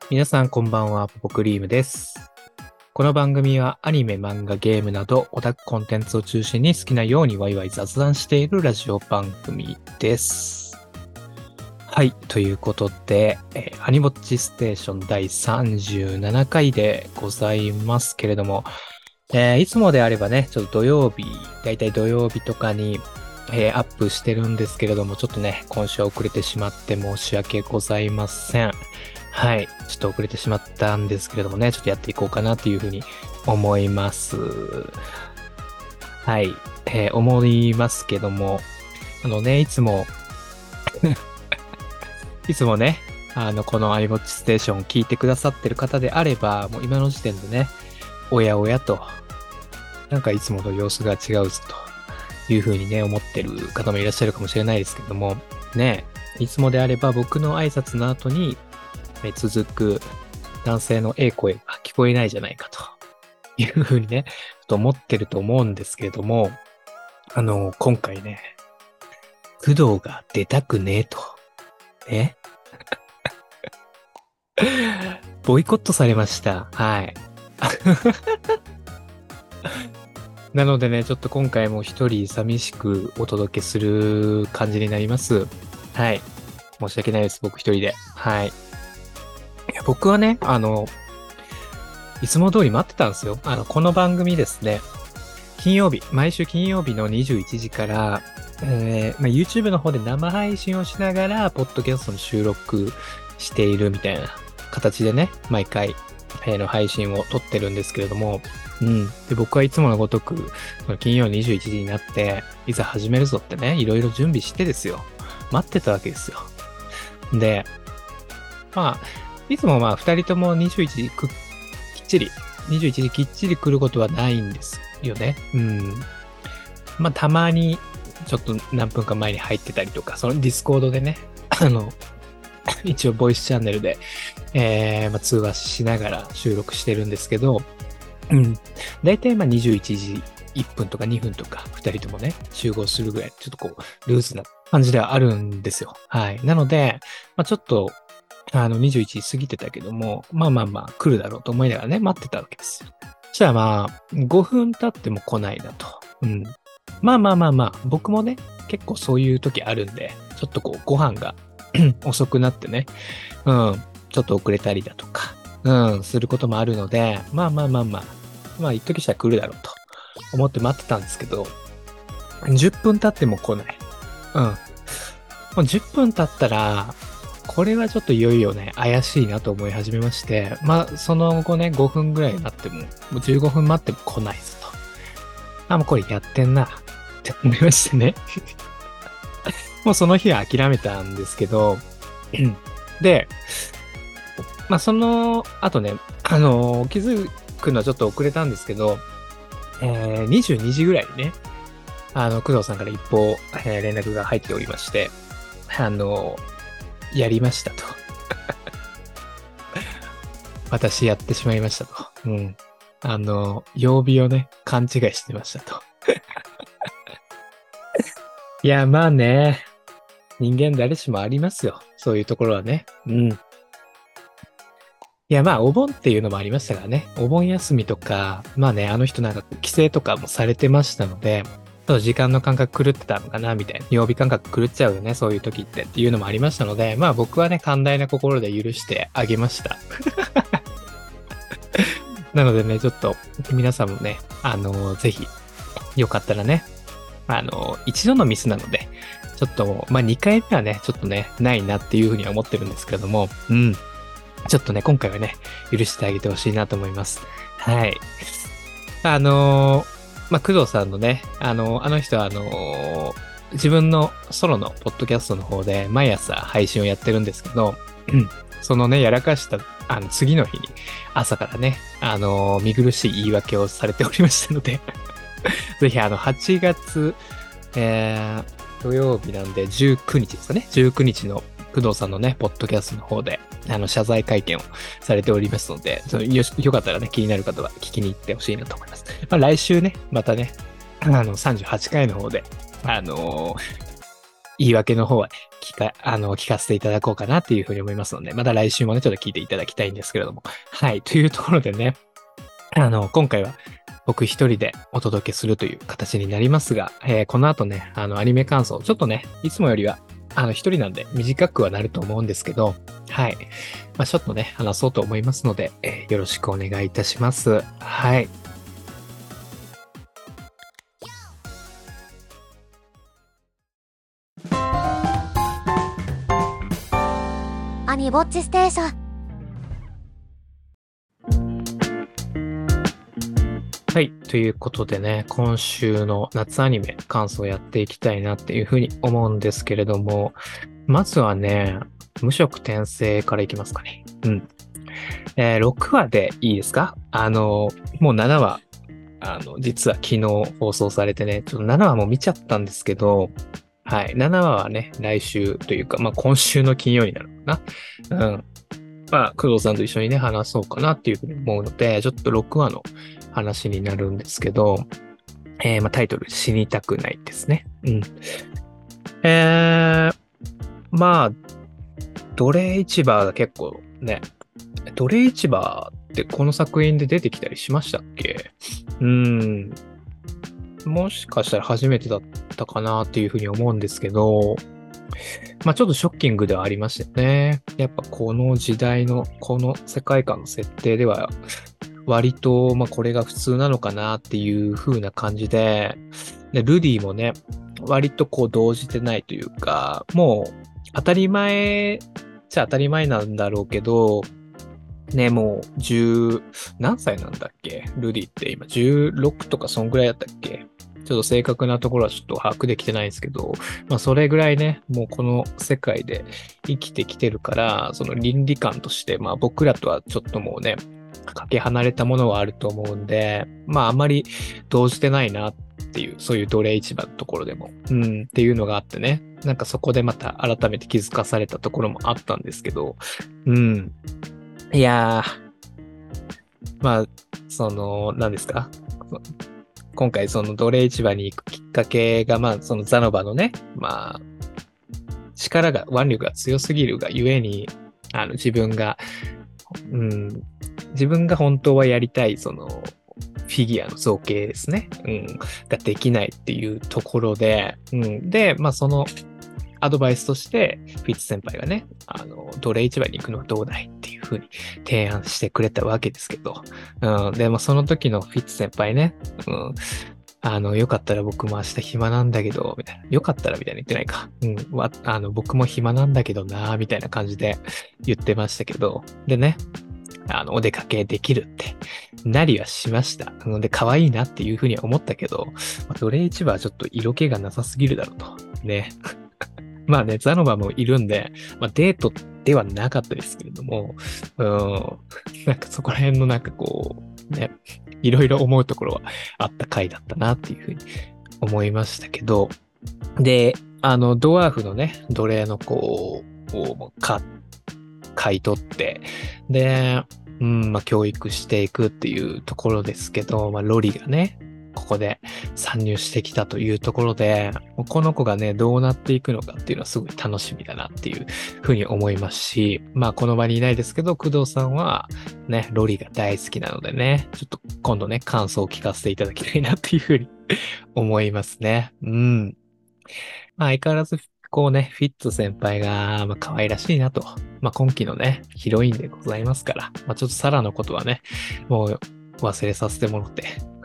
皆さんこんばんは、ポポクリームです。この番組はアニメ、漫画、ゲームなどオタクコンテンツを中心に好きなようにワイワイ雑談しているラジオ番組です。はい、ということで、アニボッチステーション第37回でございますけれども、いつもであればね、ちょっと土曜日、だいたい土曜日とかに、アップしてるんですけれども、ちょっとね、今週は遅れてしまって申し訳ございません。はい。ちょっと遅れてしまったんですけれどもね、ちょっとやっていこうかなというふうに思います。はい。思いますけども、いつも、いつもね、このアイウォッチステーションを聞いてくださってる方であれば、もう今の時点でね、おやおやと、なんかいつもと様子が違うぞというふうにね、思ってる方もいらっしゃるかもしれないですけども、ね、いつもであれば僕の挨拶の後に、続く男性の声が聞こえないじゃないかというふうにね、ちょっと思ってると思うんですけれども、今回ね、工藤が出たくねえと、ね、ボイコットされました。はい。なのでね、ちょっと今回も一人寂しくお届けする感じになります。はい。申し訳ないです。僕一人で。はい。いや僕はね、いつも通り待ってたんですよ。この番組ですね、金曜日、毎週金曜日の21時から、YouTube の方で生配信をしながら、ポッドキャストの収録しているみたいな形でね、毎回、の配信を撮ってるんですけれども、うん。で、僕はいつものごとく、この金曜21時になって、いざ始めるぞってね、いろいろ準備してですよ。待ってたわけですよ。で、まあ、いつもまあ、二人とも21時きっちり、21時きっちり来ることはないんですよね。うん。まあ、たまに、ちょっと何分か前に入ってたりとか、そのディスコードでね、一応ボイスチャンネルで、通話しながら収録してるんですけど、うん。だいたいまあ21時1分とか2分とか、2人ともね、集合するぐらい、ちょっとこう、ルーズな感じではあるんですよ。はい。なので、まあちょっと、21時過ぎてたけども、まあまあまあ、来るだろうと思いながらね、待ってたわけですよ。そしたらまあ、5分経っても来ないなと。うん。まあまあまあまあ、僕もね、結構そういう時あるんで、ちょっとこう、ご飯が遅くなってね、うん、ちょっと遅れたりだとか、うん、することもあるので、まあまあまあまあ、まあ一時したら来るだろうと思って待ってたんですけど、10分経っても来ない。うん。もう10分経ったら、これはちょっといよいよね、怪しいなと思い始めまして、まあ、その後ね、5分ぐらいになっても、もう15分待っても来ないぞと。あ、もうこれやってんな、って思いましてね。もうその日は諦めたんですけど、で、まあその後ね、気づくのはちょっと遅れたんですけど、22時ぐらいにね、工藤さんから一報、連絡が入っておりまして、やりましたと。私やってしまいましたと。うん。曜日をね、勘違いしてましたと。いや、まあね、人間誰しもありますよ。そういうところはね。うん。いや、まあ、お盆っていうのもありましたからね。お盆休みとか、まあね、あの人なんか帰省とかもされてましたので、ちょっと時間の感覚狂ってたのかな、みたいな。曜日感覚狂っちゃうよね、そういう時っていうのもありましたので、まあ僕はね、寛大な心で許してあげました。なのでね、ちょっと皆さんもね、ぜひ、よかったらね、一度のミスなので、ちょっと、まあ2回目はね、ちょっとね、ないなっていうふうには思ってるんですけれども、うん。ちょっとね、今回はね、許してあげてほしいなと思います。はい。まあ、工藤さんのね、あの人は自分のソロのポッドキャストの方で毎朝配信をやってるんですけど、そのね、やらかした、次の日に朝からね、見苦しい言い訳をされておりましたのでぜひ8月、土曜日なんで19日ですかね。19日の工藤さんのね、ポッドキャストの方で、謝罪会見をされておりますので、よかったらね、気になる方は聞きに行ってほしいなと思います。まあ、来週ね、またね、38回の方で、 言い訳の方は聞かせていただこうかなっていうふうに思いますので、また来週もね、ちょっと聞いていただきたいんですけれども。はい。というところでね、今回は僕一人でお届けするという形になりますが、この後ね、アニメ感想、ちょっとね、いつもよりは、一人なんで短くはなると思うんですけど、はい。まあ、ちょっとね、話そうと思いますので、よろしくお願いいたします。はい。 アニウォッチステーション。 はい。ということでね、今週の夏アニメ感想をやっていきたいなっていうふうに思うんですけれども、まずはね、無色転生からいきますかね。うん。6話でいいですか？もう7話、実は昨日放送されてね、ちょっと7話も見ちゃったんですけど、はい。7話はね、来週というか、まあ今週の金曜になるのかな。うん。まあ、工藤さんと一緒にね、話そうかなっていうふうに思うので、ちょっと6話の話になるんですけど、まあタイトル死にたくないですね。うん。まあ、奴隷市場が結構ね、奴隷市場ってこの作品で出てきたりしましたっけ？もしかしたら初めてだったかなっていうふうに思うんですけど、まあちょっとショッキングではありましたよね。やっぱこの時代の、この世界観の設定では、割と、まあこれが普通なのかなっていう風な感じで、ルディもね、割とこう動じてないというか、もう当たり前じゃ当たり前なんだろうけど、ね、もう何歳なんだっけルディって今16とかそんぐらいだったっけ？ちょっと正確なところはちょっと把握できてないんですけど、まあそれぐらいね、もうこの世界で生きてきてるから、その倫理観として、まあ僕らとはちょっともうね、かけ離れたものはあると思うんで、まああまり動じてないなっていう、そういう奴隷市場のところでも、っていうのがあってね、なんかそこでまた改めて気づかされたところもあったんですけど、いやー、まあ、何ですか？今回その奴隷市場に行くきっかけが、まあ、そのザノバのね、まあ、腕力が強すぎるがゆえに、自分が、自分が本当はやりたい、フィギュアの造形ですね。ができないっていうところで、で、まあ、そのアドバイスとして、フィッツ先輩がね、奴隷市場に行くのはどうだいっていうふうに提案してくれたわけですけど、でもその時のフィッツ先輩ね、よかったら僕も明日暇なんだけど、みたいな。よかったらみたいな言ってないか。僕も暇なんだけどな、みたいな感じで言ってましたけど、でね、お出かけできるってなりはしました。で、可愛いなっていうふうには思ったけど、奴隷市場はちょっと色気がなさすぎるだろうと。ね。まあね、ザノバもいるんで、まあデートではなかったですけれども、なんかそこら辺のなんかこう、ね、いろいろ思うところはあった回だったなっていうふうに思いましたけど、で、ドワーフのね、奴隷の子を買い取って、で、まあ教育していくっていうところですけど、まあロリがね、ここで参入してきたというところで、この子がね、どうなっていくのかっていうのはすごい楽しみだなっていうふうに思いますし、まあこの場にいないですけど、工藤さんはね、ロリが大好きなのでね、ちょっと今度ね、感想を聞かせていただきたいなっていうふうに思いますね。まあ相変わらず、こうね、フィッツ先輩が、まあ可愛らしいなと。まあ今期のね、ヒロインでございますから、まあちょっとサラのことはね、もう忘れさせてもらって、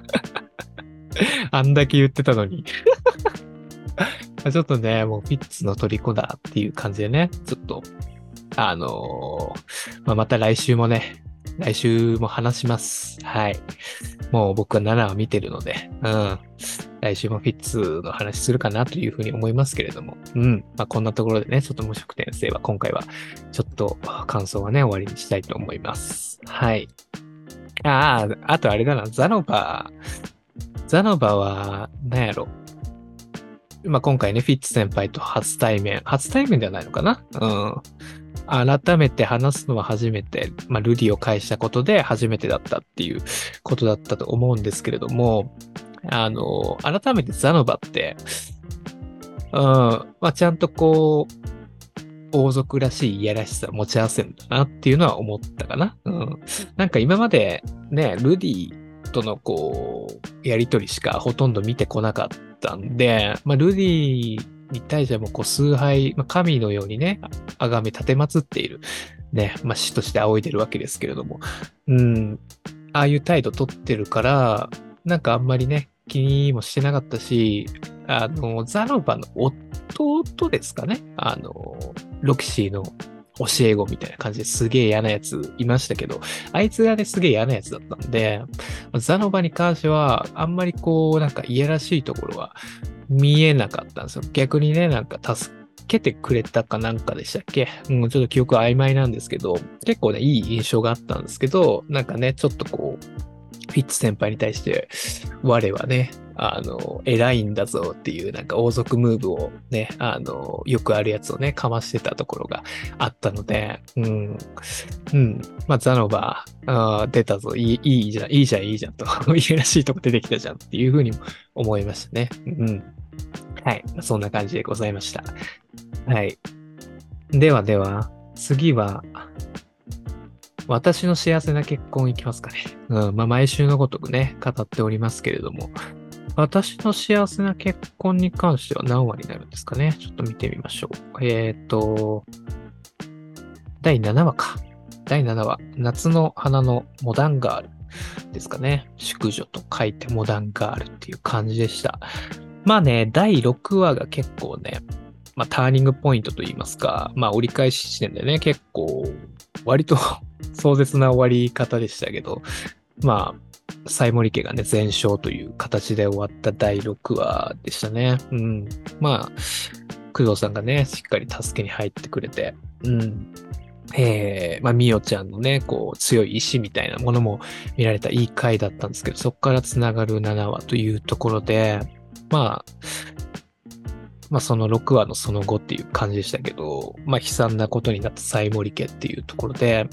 あんだけ言ってたのにちょっとね、もうフィッツの虜だっていう感じでね、ちょっと、まあ、また来週も話します。はい。もう僕は7話見てるので、来週もフィッツの話するかなというふうに思いますけれども、まあ、こんなところでね、ちょっと無色転生は今回は、ちょっと感想はね、終わりにしたいと思います。はい。あとあれだな、ザノバは、何やろ。まあ、今回ね、フィッツ先輩と初対面ではないのかな？改めて話すのは初めて、まあ、ルディを介したことで初めてだったっていうことだったと思うんですけれども、改めてザノバって、 まあ、ちゃんとこう、王族らしいいやらしさを持ち合わせるんだなっていうのは思ったかな。なんか今までね、ルディとのこう、やりとりしかほとんど見てこなかったんで、まあ、ルディに対してもこう崇拝、まあ、神のようにね、崇め立てまつっている、ね、まあ、死として仰いでるわけですけれども、ああいう態度取ってるから、なんかあんまりね、気にもしてなかったし、ザノバの弟ですかね。ロキシーの教え子みたいな感じですげえ嫌なやついましたけど、あいつがね、すげえ嫌なやつだったんで、ザノバに関しては、あんまりこう、なんかいやらしいところは見えなかったんですよ。逆にね、なんか助けてくれたかなんかでしたっけ。ちょっと記憶曖昧なんですけど、結構ね、いい印象があったんですけど、なんかね、ちょっとこう、フィッツ先輩に対して、我はね、偉いんだぞっていうなんか王族ムーブをね、よくあるやつをね、かましてたところがあったので、まあ、ザノバ出たぞ、いいじゃん、いいじゃん、いいじゃんと、いいらしいとこ出てきたじゃんっていうふうにも思いましたね。はい、そんな感じでございました。はい。ではでは、次は、私の幸せな結婚いきますかね。まあ、毎週のごとくね、語っておりますけれども、私の幸せな結婚に関しては何話になるんですかね。ちょっと見てみましょう。第7話か。第7話、夏の花のモダンガールですかね。淑女と書いてモダンガールっていう感じでした。まあね、第6話が結構ね、まあターニングポイントといいますか、まあ折り返し地点でね、結構割と壮絶な終わり方でしたけど、まあ、西森家がね、全勝という形で終わった第6話でしたね。まあ、工藤さんがね、しっかり助けに入ってくれて、まあ、みおちゃんのね、こう、強い意志みたいなものも見られたいい回だったんですけど、そこから繋がる7話というところで、まあ、その6話のその後っていう感じでしたけど、まあ、悲惨なことになった西森家っていうところで、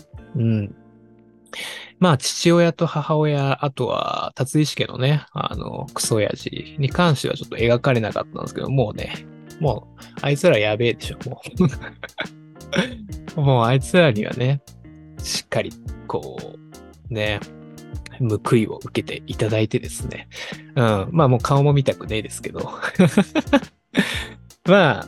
まあ、父親と母親、あとは、達石家のね、クソ親父に関してはちょっと描かれなかったんですけど、もう、あいつらやべえでしょ、もう。もう、あいつらにはね、しっかり、こう、ね、報いを受けていただいてですね。まあ、もう顔も見たくねえですけど。まあ、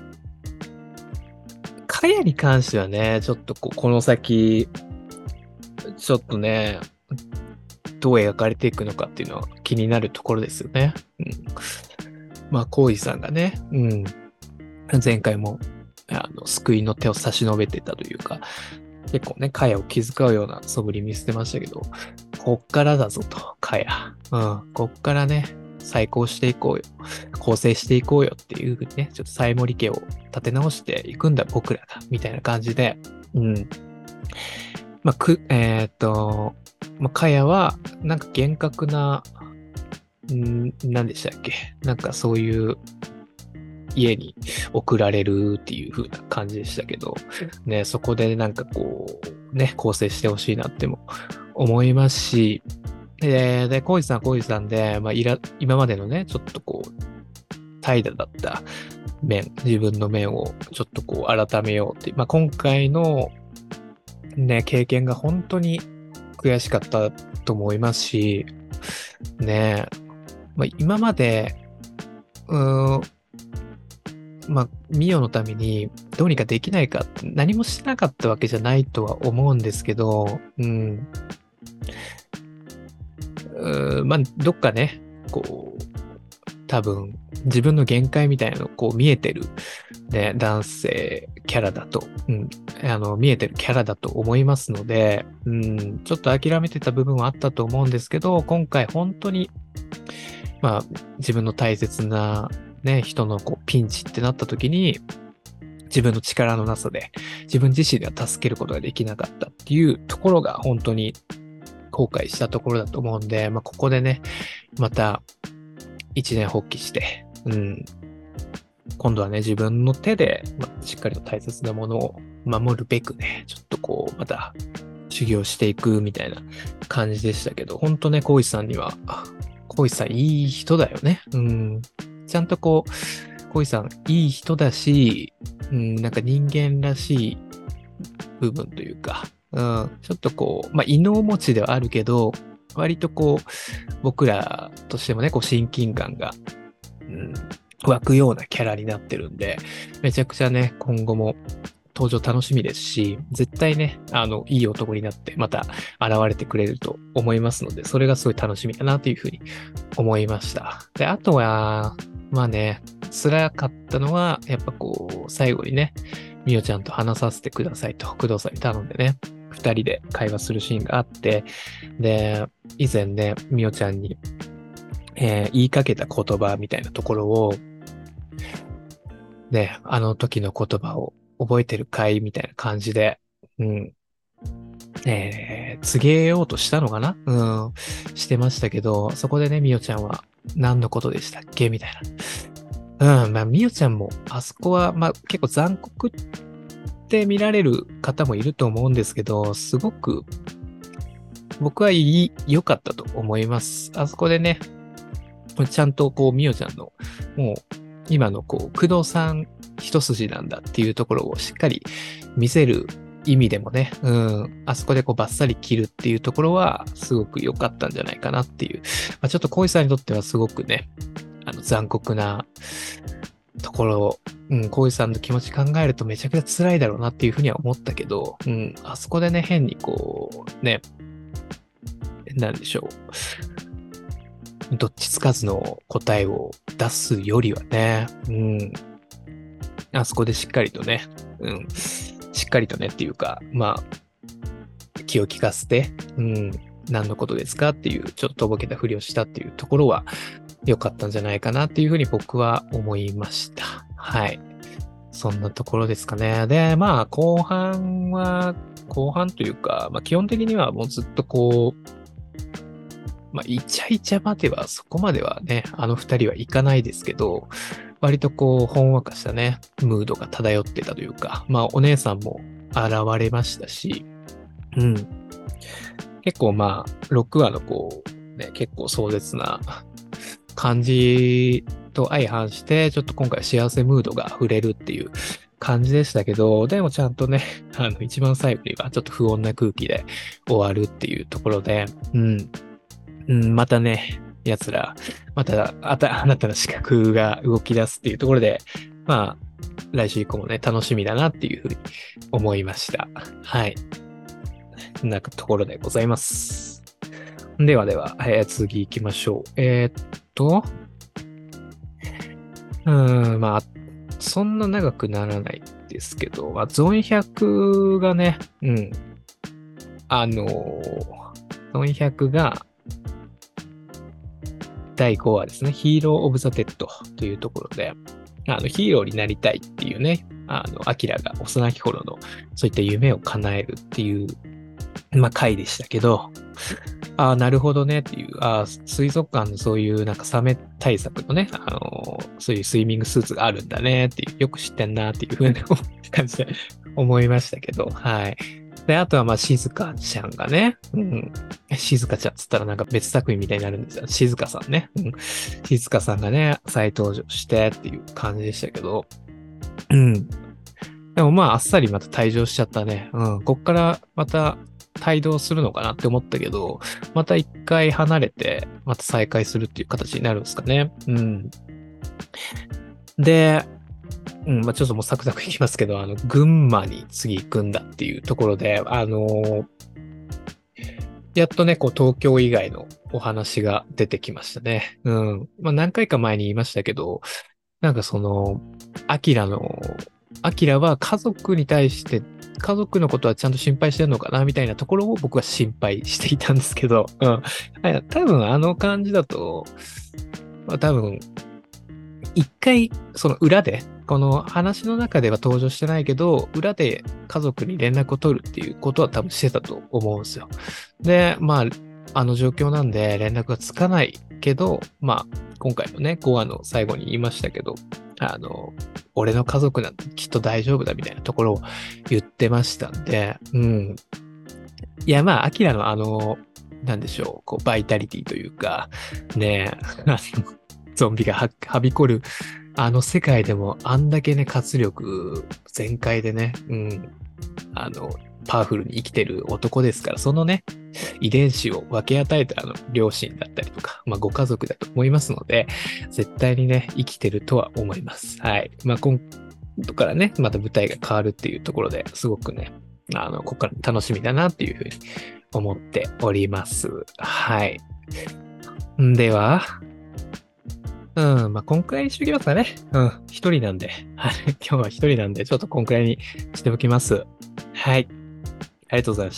かやに関してはね、ちょっとこの先、ちょっとね、どう描かれていくのかっていうのは気になるところですよね。まあ、コウジさんがね、前回も、救いの手を差し伸べてたというか、結構ね、カヤを気遣うような素振り見せてましたけど、こっからだぞと、カヤ。こっからね、再興していこうよ。構成していこうよっていうふうにね、ちょっと西森家を立て直していくんだ、僕らが、みたいな感じで、まあ、まあ、カヤは、なんか厳格な、何でしたっけ？なんかそういう家に送られるっていう風な感じでしたけど、ね、そこでなんかこう、ね、構成してほしいなっても思いますし、で、コウジさんで、まあ、今までのね、ちょっとこう、怠惰だった自分の面をちょっとこう改めようって、まあ、今回のね、経験が本当に悔しかったと思いますし、ね、まあ、今まで、まあ、ミオのためにどうにかできないかって何もしてなかったわけじゃないとは思うんですけど、まあ、どっかね、こう、多分、自分の限界みたいなのこう見えてる、ね、男性キャラだと、見えてるキャラだと思いますので、ちょっと諦めてた部分はあったと思うんですけど、今回本当に、まあ、自分の大切なね、人のこうピンチってなった時に、自分の力のなさで、自分自身では助けることができなかったっていうところが本当に後悔したところだと思うんで、まあ、ここでね、また一年発起して、今度はね、自分の手で、しっかりと大切なものを守るべくね、ちょっとこう、また修行していくみたいな感じでしたけど、本当ね、コウイさんには、コウイさんいい人だよね。ちゃんとこう、 恋さん、いい人だし、なんか人間らしい部分というか、ちょっとこう、まあ、異能持ちではあるけど、割とこう、僕らとしてもね、こう、親近感が、うん、湧くようなキャラになってるんで、めちゃくちゃね、今後も登場楽しみですし、絶対ね、いい男になってまた現れてくれると思いますので、それがすごい楽しみだなというふうに思いました。で、あとは、まあね、辛かったのは、やっぱこう、最後にね、みおちゃんと話させてくださいと、工藤さんに頼んでね、二人で会話するシーンがあって、で、以前ね、みおちゃんに、言いかけた言葉みたいなところを、ね、あの時の言葉を覚えてるかいみたいな感じで、うん、告げようとしたのかなしてましたけど、そこでね、みおちゃんは何のことでしたっけみたいな。まあ、みおちゃんも、あそこは、まあ、結構残酷って見られる方もいると思うんですけど、すごく、僕は良かったと思います。あそこでね、ちゃんとこう、みおちゃんの、もう、今のこう、工藤さん一筋なんだっていうところをしっかり見せる意味でもね、あそこでこうバッサリ切るっていうところはすごく良かったんじゃないかなっていう。まあ、ちょっと小石さんにとってはすごくね、残酷なところ、小石さんの気持ち考えるとめちゃくちゃ辛いだろうなっていうふうには思ったけど、あそこでね、変にこう、ね、なんでしょう。どっちつかずの答えを出すよりはね、あそこでしっかりとね、しっかりとねっていうか、まあ、気を利かせて、何のことですかっていう、ちょっととぼけたふりをしたっていうところは良かったんじゃないかなっていうふうに僕は思いました。はい。そんなところですかね。で、まあ、後半というか、まあ、基本的にはもうずっとこう、まあ、イチャイチャまではそこまではね、あの二人はいかないですけど、割とこう、ほんわかしたね、ムードが漂ってたというか、まあ、お姉さんも現れましたし、結構まあ、6話のこう、ね、結構壮絶な感じと相反して、ちょっと今回幸せムードが触れるっていう感じでしたけど、でもちゃんとね、一番最後にはちょっと不穏な空気で終わるっていうところで、またね、奴ら、また、新たな資格が動き出すっていうところで、まあ、来週以降もね、楽しみだなっていうふうに思いました。はい。そんなところでございます。ではでは、次行きましょう。まあ、そんな長くならないですけど、まあ、ゾン100がね、ゾン100が、第5話ですね、ヒーロー・オブ・ザ・デッドというところで、ヒーローになりたいっていうね、アキラが幼き頃のそういった夢を叶えるっていう、まあ、回でしたけど、なるほどねっていう、水族館のそういうなんかサメ対策のね、そういうスイミングスーツがあるんだねっていう、よく知ってんなっていう風な感じで思いましたけど、はい。で、あとはまあ、静香ちゃんがね、静香ちゃんっつったらなんか別作品みたいになるんですよ。静香さんね。静香さんがね、再登場してっていう感じでしたけど、でもまあ、あっさりまた退場しちゃったね。こっからまた帯同するのかなって思ったけど、また一回離れて、また再開するっていう形になるんですかね。で、まあ、ちょっともうサクサクいきますけど、群馬に次行くんだっていうところで、やっとね、こう、東京以外のお話が出てきましたね。まあ、何回か前に言いましたけど、なんかその、アキラは家族に対して、家族のことはちゃんと心配してるのかなみたいなところを僕は心配していたんですけど、多分あの感じだと、まあ、多分、一回、その裏で、この話の中では登場してないけど、裏で家族に連絡を取るっていうことは多分してたと思うんですよ。で、まあ、あの状況なんで連絡がつかないけど、まあ、今回のね、5話の最後に言いましたけど、俺の家族なんてきっと大丈夫だみたいなところを言ってましたんで、いや、まあ、アキラのなんでしょう、こう、バイタリティというか、ねゾンビがはびこるあの世界でもあんだけね、活力全開でね、パワフルに生きてる男ですから、そのね、遺伝子を分け与えた両親だったりとか、まあご家族だと思いますので、絶対にね、生きてるとは思います。はい。まあ今度からね、また舞台が変わるっていうところですごくね、ここから楽しみだなっていうふうに思っております。はい。では、まあ、こんくらいにしときますかね。一人なんで。はい。今日は一人なんで、ちょっとこんくらいにしておきます。はい。ありがとうございました。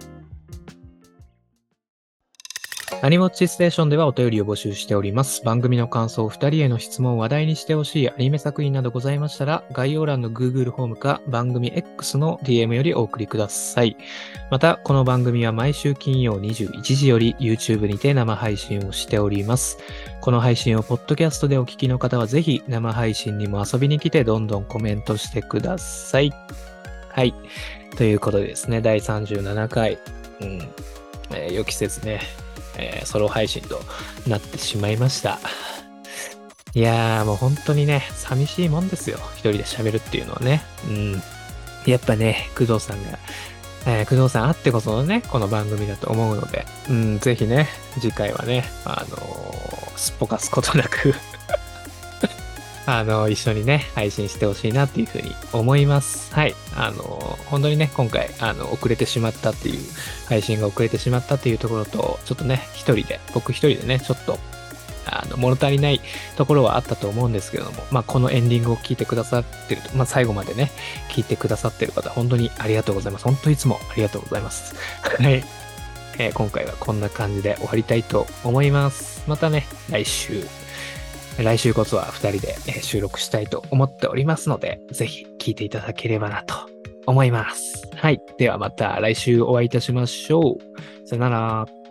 アニモッチステーションではお便りを募集しております。番組の感想、二人への質問、話題にしてほしいアニメ作品などございましたら、概要欄の Google フォームか番組 X の DM よりお送りください。また、この番組は毎週金曜21時より YouTube にて生配信をしております。この配信をポッドキャストでお聞きの方はぜひ生配信にも遊びに来てどんどんコメントしてください。はい。ということでですね、第37回、予期せずね、ソロ配信となってしまいました。いやーもう本当にね、寂しいもんですよ。一人で喋るっていうのはね。やっぱね、工藤さんが、工藤さんあってこそのね、この番組だと思うので、ぜひね、次回はね、すっぽかすことなく一緒にね、配信してほしいなっていうふうに思います。はい。本当にね、今回、遅れてしまったっていう、配信が遅れてしまったっていうところと、ちょっとね、僕一人でね、ちょっと、物足りないところはあったと思うんですけれども、まあ、このエンディングを聞いてくださってると、まあ、最後までね、聞いてくださってる方、本当にありがとうございます。本当いつもありがとうございます。はい。今回はこんな感じで終わりたいと思います。またね、来週こそは2人で収録したいと思っておりますので、ぜひ聞いていただければなと思います。はい。ではまた来週お会いいたしましょう。さよなら。